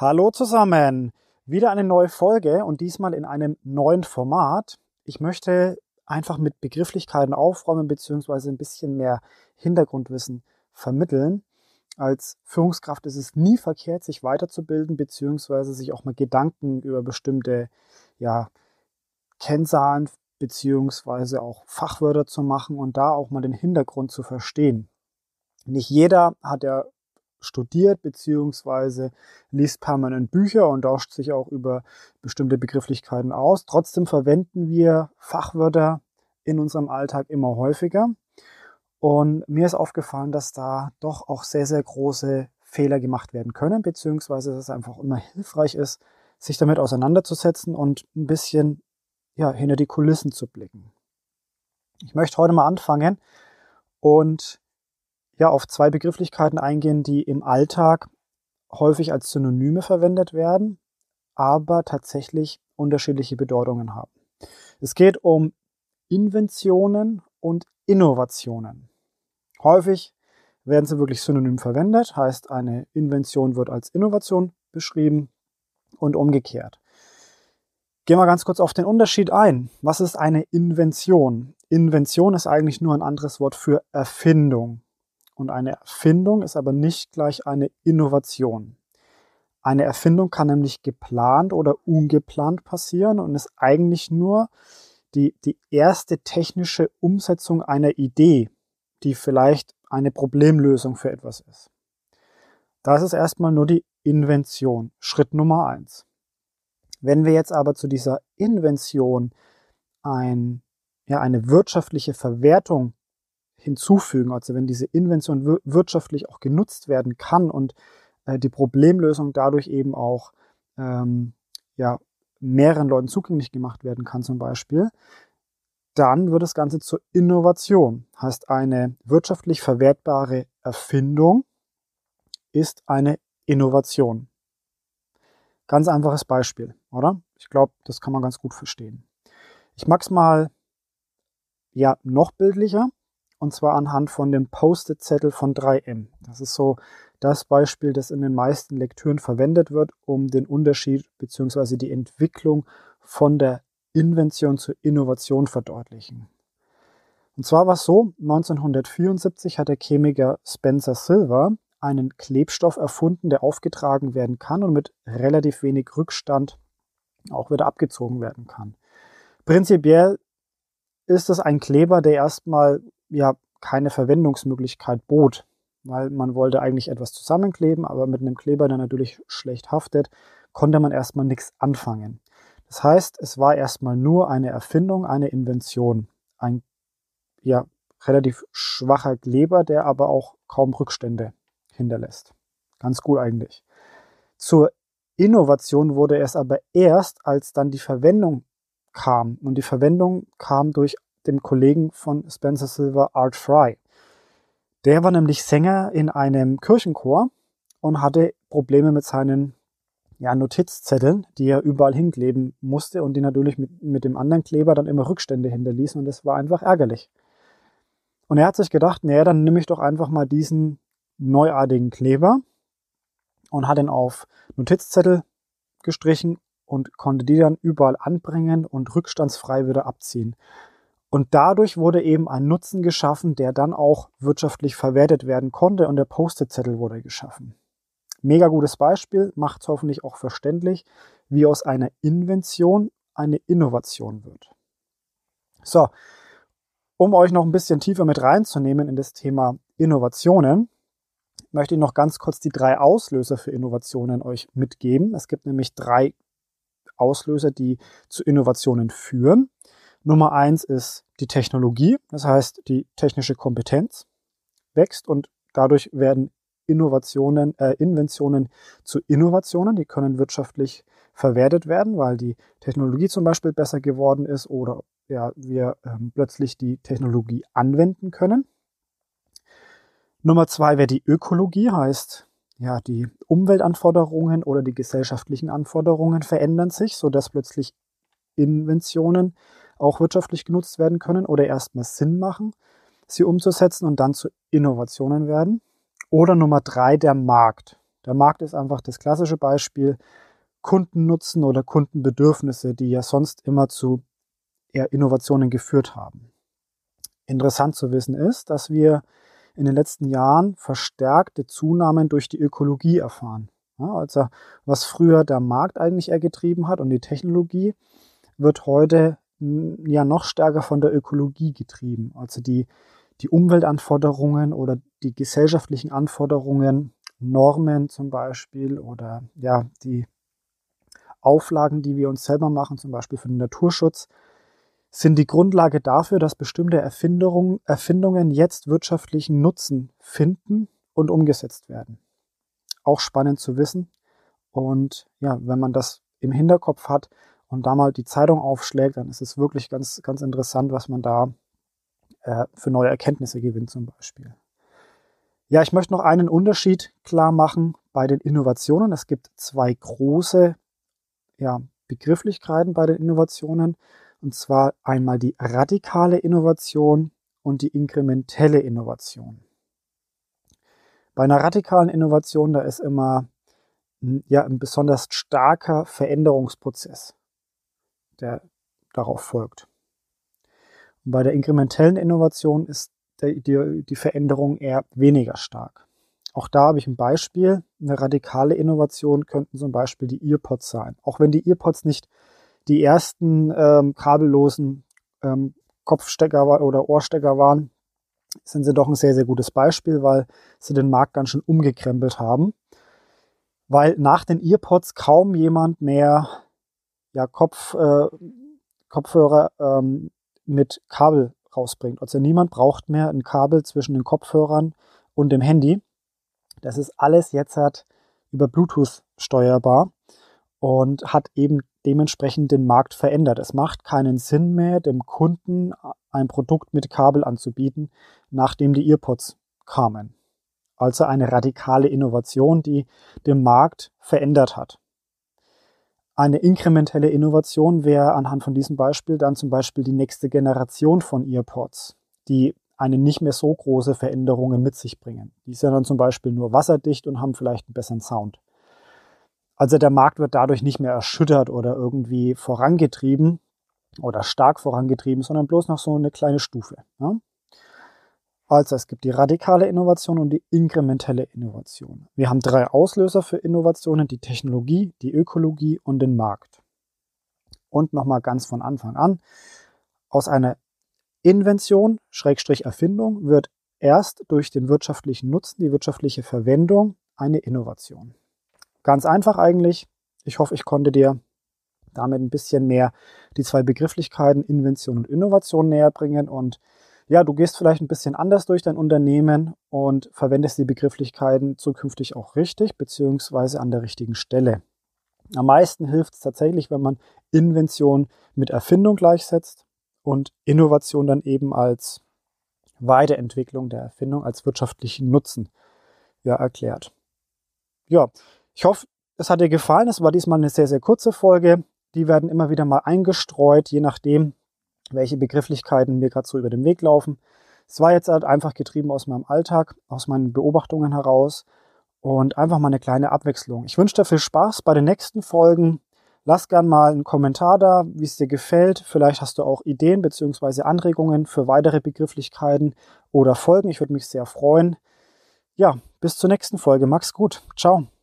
Hallo zusammen, wieder eine neue Folge und diesmal in einem neuen Format. Ich möchte einfach mit Begrifflichkeiten aufräumen bzw. ein bisschen mehr Hintergrundwissen vermitteln. Als Führungskraft ist es nie verkehrt, sich weiterzubilden bzw. sich auch mal Gedanken über bestimmte Kennzahlen bzw. auch Fachwörter zu machen und da auch mal den Hintergrund zu verstehen. Nicht jeder hat ja studiert bzw. liest permanent Bücher und tauscht sich auch über bestimmte Begrifflichkeiten aus. Trotzdem verwenden wir Fachwörter in unserem Alltag immer häufiger. Und mir ist aufgefallen, dass da doch auch sehr, sehr große Fehler gemacht werden können, beziehungsweise dass es einfach immer hilfreich ist, sich damit auseinanderzusetzen und ein bisschen hinter die Kulissen zu blicken. Ich möchte heute mal anfangen und auf zwei Begrifflichkeiten eingehen, die im Alltag häufig als Synonyme verwendet werden, aber tatsächlich unterschiedliche Bedeutungen haben. Es geht um Inventionen und Innovationen. Häufig werden sie wirklich synonym verwendet, heißt eine Invention wird als Innovation beschrieben und umgekehrt. Gehen wir ganz kurz auf den Unterschied ein. Was ist eine Invention? Invention ist eigentlich nur ein anderes Wort für Erfindung. Und eine Erfindung ist aber nicht gleich eine Innovation. Eine Erfindung kann nämlich geplant oder ungeplant passieren und ist eigentlich nur die erste technische Umsetzung einer Idee, die vielleicht eine Problemlösung für etwas ist. Das ist erstmal nur die Invention, Schritt Nummer 1. Wenn wir jetzt aber zu dieser Invention eine wirtschaftliche Verwertung hinzufügen, also wenn diese Invention wirtschaftlich auch genutzt werden kann und die Problemlösung dadurch eben auch mehreren Leuten zugänglich gemacht werden kann zum Beispiel, dann wird das Ganze zur Innovation. Heißt, eine wirtschaftlich verwertbare Erfindung ist eine Innovation. Ganz einfaches Beispiel, oder? Ich glaube, das kann man ganz gut verstehen. Ich mag es mal noch bildlicher. Und zwar anhand von dem Post-it-Zettel von 3M. Das ist so das Beispiel, das in den meisten Lektüren verwendet wird, um den Unterschied bzw. die Entwicklung von der Invention zur Innovation verdeutlichen. Und zwar war es so, 1974 hat der Chemiker Spencer Silver einen Klebstoff erfunden, der aufgetragen werden kann und mit relativ wenig Rückstand auch wieder abgezogen werden kann. Prinzipiell ist es ein Kleber, der erstmal keine Verwendungsmöglichkeit bot, weil man wollte eigentlich etwas zusammenkleben, aber mit einem Kleber, der natürlich schlecht haftet, konnte man erstmal nichts anfangen. Das heißt, es war erstmal nur eine Erfindung, eine Invention, ein relativ schwacher Kleber, der aber auch kaum Rückstände hinterlässt. Ganz gut eigentlich. Zur Innovation wurde es aber erst, als dann die Verwendung kam. Und die Verwendung kam durch den Kollegen von Spencer Silver, Art Fry. Der war nämlich Sänger in einem Kirchenchor und hatte Probleme mit seinen Notizzetteln, die er überall hinkleben musste und die natürlich mit dem anderen Kleber dann immer Rückstände hinterließen und das war einfach ärgerlich. Und er hat sich gedacht, dann nehme ich doch einfach mal diesen neuartigen Kleber und hat ihn auf Notizzettel gestrichen und konnte die dann überall anbringen und rückstandsfrei wieder abziehen. Und dadurch wurde eben ein Nutzen geschaffen, der dann auch wirtschaftlich verwertet werden konnte und der Post-it-Zettel wurde geschaffen. Mega gutes Beispiel, macht es hoffentlich auch verständlich, wie aus einer Invention eine Innovation wird. So, um euch noch ein bisschen tiefer mit reinzunehmen in das Thema Innovationen, möchte ich noch ganz kurz die 3 Auslöser für Innovationen euch mitgeben. Es gibt nämlich 3 Auslöser, die zu Innovationen führen. Nummer 1 ist die Technologie, das heißt, die technische Kompetenz wächst und dadurch werden Inventionen zu Innovationen, die können wirtschaftlich verwertet werden, weil die Technologie zum Beispiel besser geworden ist oder wir plötzlich die Technologie anwenden können. Nummer 2 wäre die Ökologie, heißt, die Umweltanforderungen oder die gesellschaftlichen Anforderungen verändern sich, sodass plötzlich Inventionen auch wirtschaftlich genutzt werden können oder erstmal Sinn machen, sie umzusetzen und dann zu Innovationen werden. Oder Nummer 3, der Markt. Der Markt ist einfach das klassische Beispiel. Kundennutzen oder Kundenbedürfnisse, die ja sonst immer zu eher Innovationen geführt haben. Interessant zu wissen ist, dass wir in den letzten Jahren verstärkte Zunahmen durch die Ökologie erfahren. Ja, also was früher der Markt eigentlich eher getrieben hat und die Technologie, wird heute ja noch stärker von der Ökologie getrieben. Also die Umweltanforderungen oder die gesellschaftlichen Anforderungen, Normen zum Beispiel oder ja, die Auflagen, die wir uns selber machen, zum Beispiel für den Naturschutz, sind die Grundlage dafür, dass bestimmte Erfindungen jetzt wirtschaftlichen Nutzen finden und umgesetzt werden. Auch spannend zu wissen. Und ja, wenn man das im Hinterkopf hat und da mal die Zeitung aufschlägt, dann ist es wirklich ganz, ganz interessant, was man da für neue Erkenntnisse gewinnt zum Beispiel. Ja, ich möchte noch einen Unterschied klar machen bei den Innovationen. Es gibt zwei große Begrifflichkeiten bei den Innovationen, und zwar einmal die radikale Innovation und die inkrementelle Innovation. Bei einer radikalen Innovation, da ist immer ein besonders starker Veränderungsprozess, der darauf folgt. Und bei der inkrementellen Innovation ist die Veränderung eher weniger stark. Auch da habe ich ein Beispiel. Eine radikale Innovation könnten zum Beispiel die EarPods sein. Auch wenn die EarPods nicht die ersten kabellosen Kopfstecker oder Ohrstecker waren, sind sie doch ein sehr, sehr gutes Beispiel, weil sie den Markt ganz schön umgekrempelt haben. Weil nach den EarPods kaum jemand mehr Kopfhörer mit Kabel rausbringt. Also niemand braucht mehr ein Kabel zwischen den Kopfhörern und dem Handy. Das ist alles jetzt über Bluetooth steuerbar und hat eben dementsprechend den Markt verändert. Es macht keinen Sinn mehr, dem Kunden ein Produkt mit Kabel anzubieten, nachdem die EarPods kamen. Also eine radikale Innovation, die den Markt verändert hat. Eine inkrementelle Innovation wäre anhand von diesem Beispiel dann zum Beispiel die nächste Generation von EarPods, die eine nicht mehr so große Veränderungen mit sich bringen. Die sind dann zum Beispiel nur wasserdicht und haben vielleicht einen besseren Sound. Also der Markt wird dadurch nicht mehr erschüttert oder irgendwie vorangetrieben oder stark vorangetrieben, sondern bloß noch so eine kleine Stufe. Ja? Also es gibt die radikale Innovation und die inkrementelle Innovation. Wir haben 3 Auslöser für Innovationen, die Technologie, die Ökologie und den Markt. Und nochmal ganz von Anfang an, aus einer Invention, Erfindung, wird erst durch den wirtschaftlichen Nutzen, die wirtschaftliche Verwendung, eine Innovation. Ganz einfach eigentlich. Ich hoffe, ich konnte dir damit ein bisschen mehr die 2 Begrifflichkeiten Invention und Innovation näher bringen. Und ja, du gehst vielleicht ein bisschen anders durch dein Unternehmen und verwendest die Begrifflichkeiten zukünftig auch richtig, beziehungsweise an der richtigen Stelle. Am meisten hilft es tatsächlich, wenn man Invention mit Erfindung gleichsetzt und Innovation dann eben als Weiterentwicklung der Erfindung, als wirtschaftlichen Nutzen erklärt. Ja, ich hoffe, es hat dir gefallen. Es war diesmal eine sehr, sehr kurze Folge. Die werden immer wieder mal eingestreut, je nachdem, welche Begrifflichkeiten mir gerade so über den Weg laufen. Es war jetzt halt einfach getrieben aus meinem Alltag, aus meinen Beobachtungen heraus und einfach mal eine kleine Abwechslung. Ich wünsche dir viel Spaß bei den nächsten Folgen. Lass gern mal einen Kommentar da, wie es dir gefällt. Vielleicht hast du auch Ideen bzw. Anregungen für weitere Begrifflichkeiten oder Folgen. Ich würde mich sehr freuen. Ja, bis zur nächsten Folge. Mach's gut. Ciao.